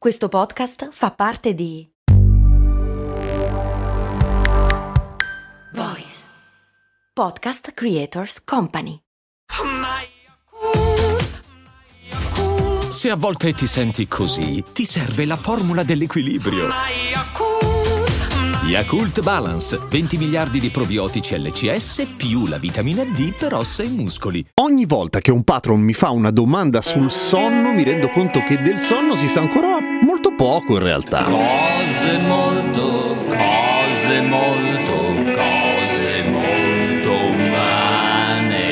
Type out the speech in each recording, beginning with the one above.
Questo podcast fa parte di Voice Podcast Creators Company. Se a volte ti senti così, ti serve la formula dell'equilibrio. Yakult Balance, 20 miliardi di probiotici LCS più la vitamina D per ossa e muscoli. Ogni volta che un patron mi fa una domanda sul sonno, mi rendo conto che del sonno si sa ancora molto poco in realtà. Cose molto umane.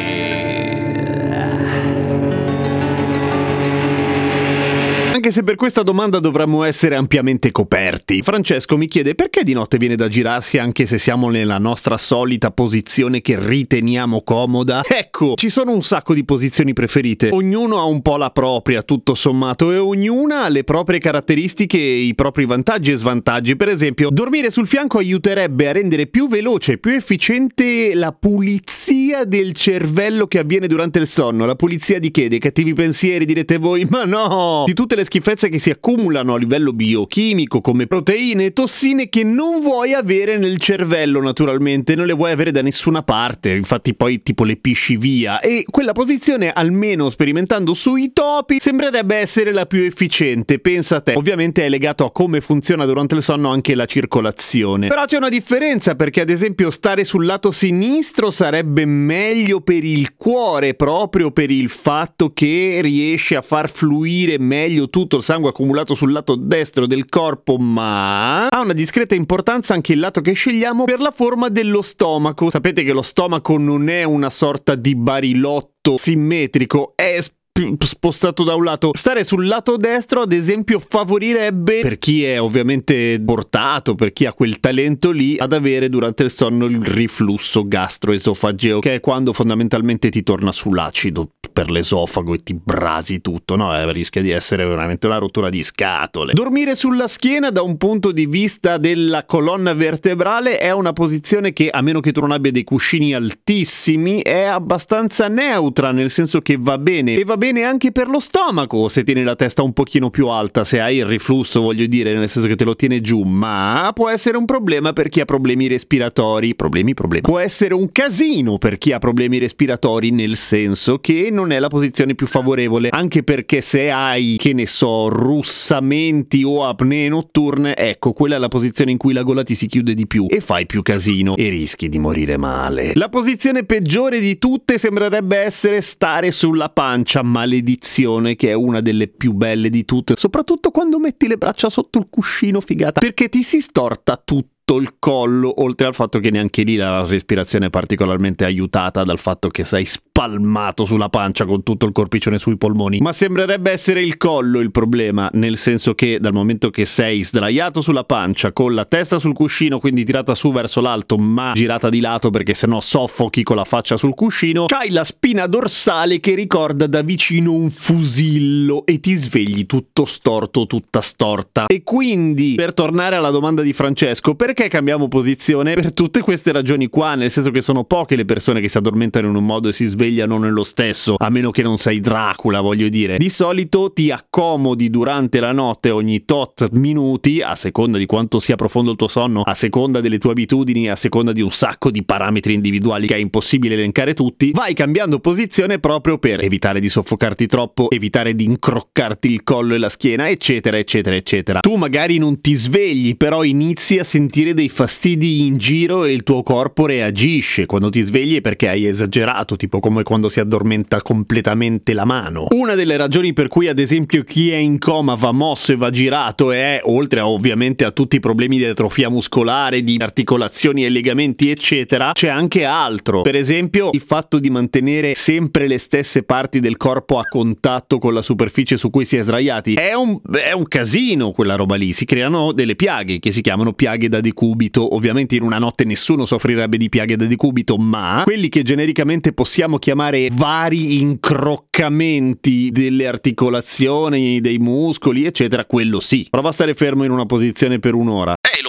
Anche se per questa domanda dovremmo essere ampiamente coperti. Francesco mi chiede perché di notte viene da girarsi anche se siamo nella nostra solita posizione che riteniamo comoda. Ecco, ci sono un sacco di posizioni preferite. Ognuno ha un po' la propria, tutto sommato, e ognuna ha le proprie caratteristiche e i propri vantaggi e svantaggi. Per esempio, dormire sul fianco aiuterebbe a rendere più veloce e più efficiente la pulizia del cervello che avviene durante il sonno. La pulizia di che? Dei cattivi pensieri, direte voi? Ma no! Di tutte le schifezze che si accumulano a livello biochimico, come proteine e tossine che non vuoi avere nel cervello, naturalmente, non le vuoi avere da nessuna parte, infatti poi tipo le pisci via, e quella posizione, almeno sperimentando sui topi, sembrerebbe essere la più efficiente, pensa a te. Ovviamente è legato a come funziona durante il sonno anche la circolazione, però c'è una differenza, perché ad esempio stare sul lato sinistro sarebbe meglio per il cuore, proprio per il fatto che riesce a far fluire meglio tutto il sangue accumulato sul lato destro del corpo, ma ha una discreta importanza anche il lato che scegliamo per la forma dello stomaco. Sapete che lo stomaco non è una sorta di barilotto simmetrico, è spostato da un lato. Stare sul lato destro, ad esempio, favorirebbe, per chi è ovviamente portato, per chi ha quel talento lì, ad avere durante il sonno il riflusso gastroesofageo, che è quando fondamentalmente ti torna sull'acido per l'esofago e ti brasi tutto, no? Rischia di essere veramente una rottura di scatole. Dormire sulla schiena, da un punto di vista della colonna vertebrale, è una posizione che, a meno che tu non abbia dei cuscini altissimi, è abbastanza neutra, nel senso che va bene, e va bene anche per lo stomaco se tieni la testa un pochino più alta, se hai il riflusso, voglio dire, nel senso che te lo tiene giù, ma può essere un problema per chi ha problemi respiratori. Problemi. Può essere un casino per chi ha problemi respiratori, nel senso che non è la posizione più favorevole, anche perché se hai, che ne so, russamenti o apnee notturne, ecco, quella è la posizione in cui la gola ti si chiude di più e fai più casino e rischi di morire male. La posizione peggiore di tutte sembrerebbe essere stare sulla pancia, maledizione, che è una delle più belle di tutte, soprattutto quando metti le braccia sotto il cuscino, figata, perché ti si storta tutto il collo, oltre al fatto che neanche lì la respirazione è particolarmente aiutata dal fatto che sei spalmato sulla pancia con tutto il corpiccione sui polmoni. Ma sembrerebbe essere il collo il problema, nel senso che dal momento che sei sdraiato sulla pancia con la testa sul cuscino, quindi tirata su verso l'alto ma girata di lato perché sennò soffochi con la faccia sul cuscino, c'hai la spina dorsale che ricorda da vicino un fusillo e ti svegli tutto storto, tutta storta. E quindi, per tornare alla domanda di Francesco, perché cambiamo posizione? Per tutte queste ragioni qua, nel senso che sono poche le persone che si addormentano in un modo e si svegliano nello stesso, a meno che non sei Dracula, voglio dire. Di solito ti accomodi durante la notte ogni tot minuti, a seconda di quanto sia profondo il tuo sonno, a seconda delle tue abitudini, a seconda di un sacco di parametri individuali che è impossibile elencare tutti, vai cambiando posizione proprio per evitare di soffocarti troppo, evitare di incroccarti il collo e la schiena, eccetera eccetera eccetera. Tu magari non ti svegli, però inizi a sentire dei fastidi in giro e il tuo corpo reagisce. Quando ti svegli è perché hai esagerato, tipo come quando si addormenta completamente la mano. Una delle ragioni per cui ad esempio chi è in coma va mosso e va girato è, oltre a, ovviamente, a tutti i problemi di atrofia muscolare, di articolazioni e legamenti eccetera, c'è anche altro. Per esempio il fatto di mantenere sempre le stesse parti del corpo a contatto con la superficie su cui si è sdraiati è un casino, quella roba lì. Si creano delle piaghe che si chiamano piaghe da decubito. Ovviamente in una notte nessuno soffrirebbe di piaghe da decubito, ma quelli che genericamente possiamo chiamare vari incroccamenti delle articolazioni, dei muscoli eccetera, quello sì. Prova a stare fermo in una posizione per un'ora.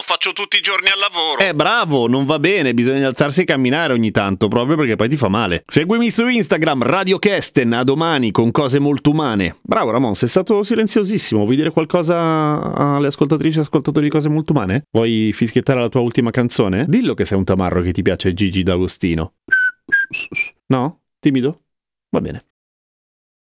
faccio tutti i giorni al lavoro. Bravo, non va bene, bisogna alzarsi e camminare ogni tanto, proprio perché poi ti fa male. Seguimi su Instagram, Radio Kesten, a domani con cose molto umane. Bravo Ramon, sei stato silenziosissimo. Vuoi dire qualcosa alle ascoltatrici e ascoltatori di cose molto umane? Vuoi fischiettare la tua ultima canzone? Dillo che sei un tamarro che ti piace Gigi D'Agostino. No? Timido? Va bene.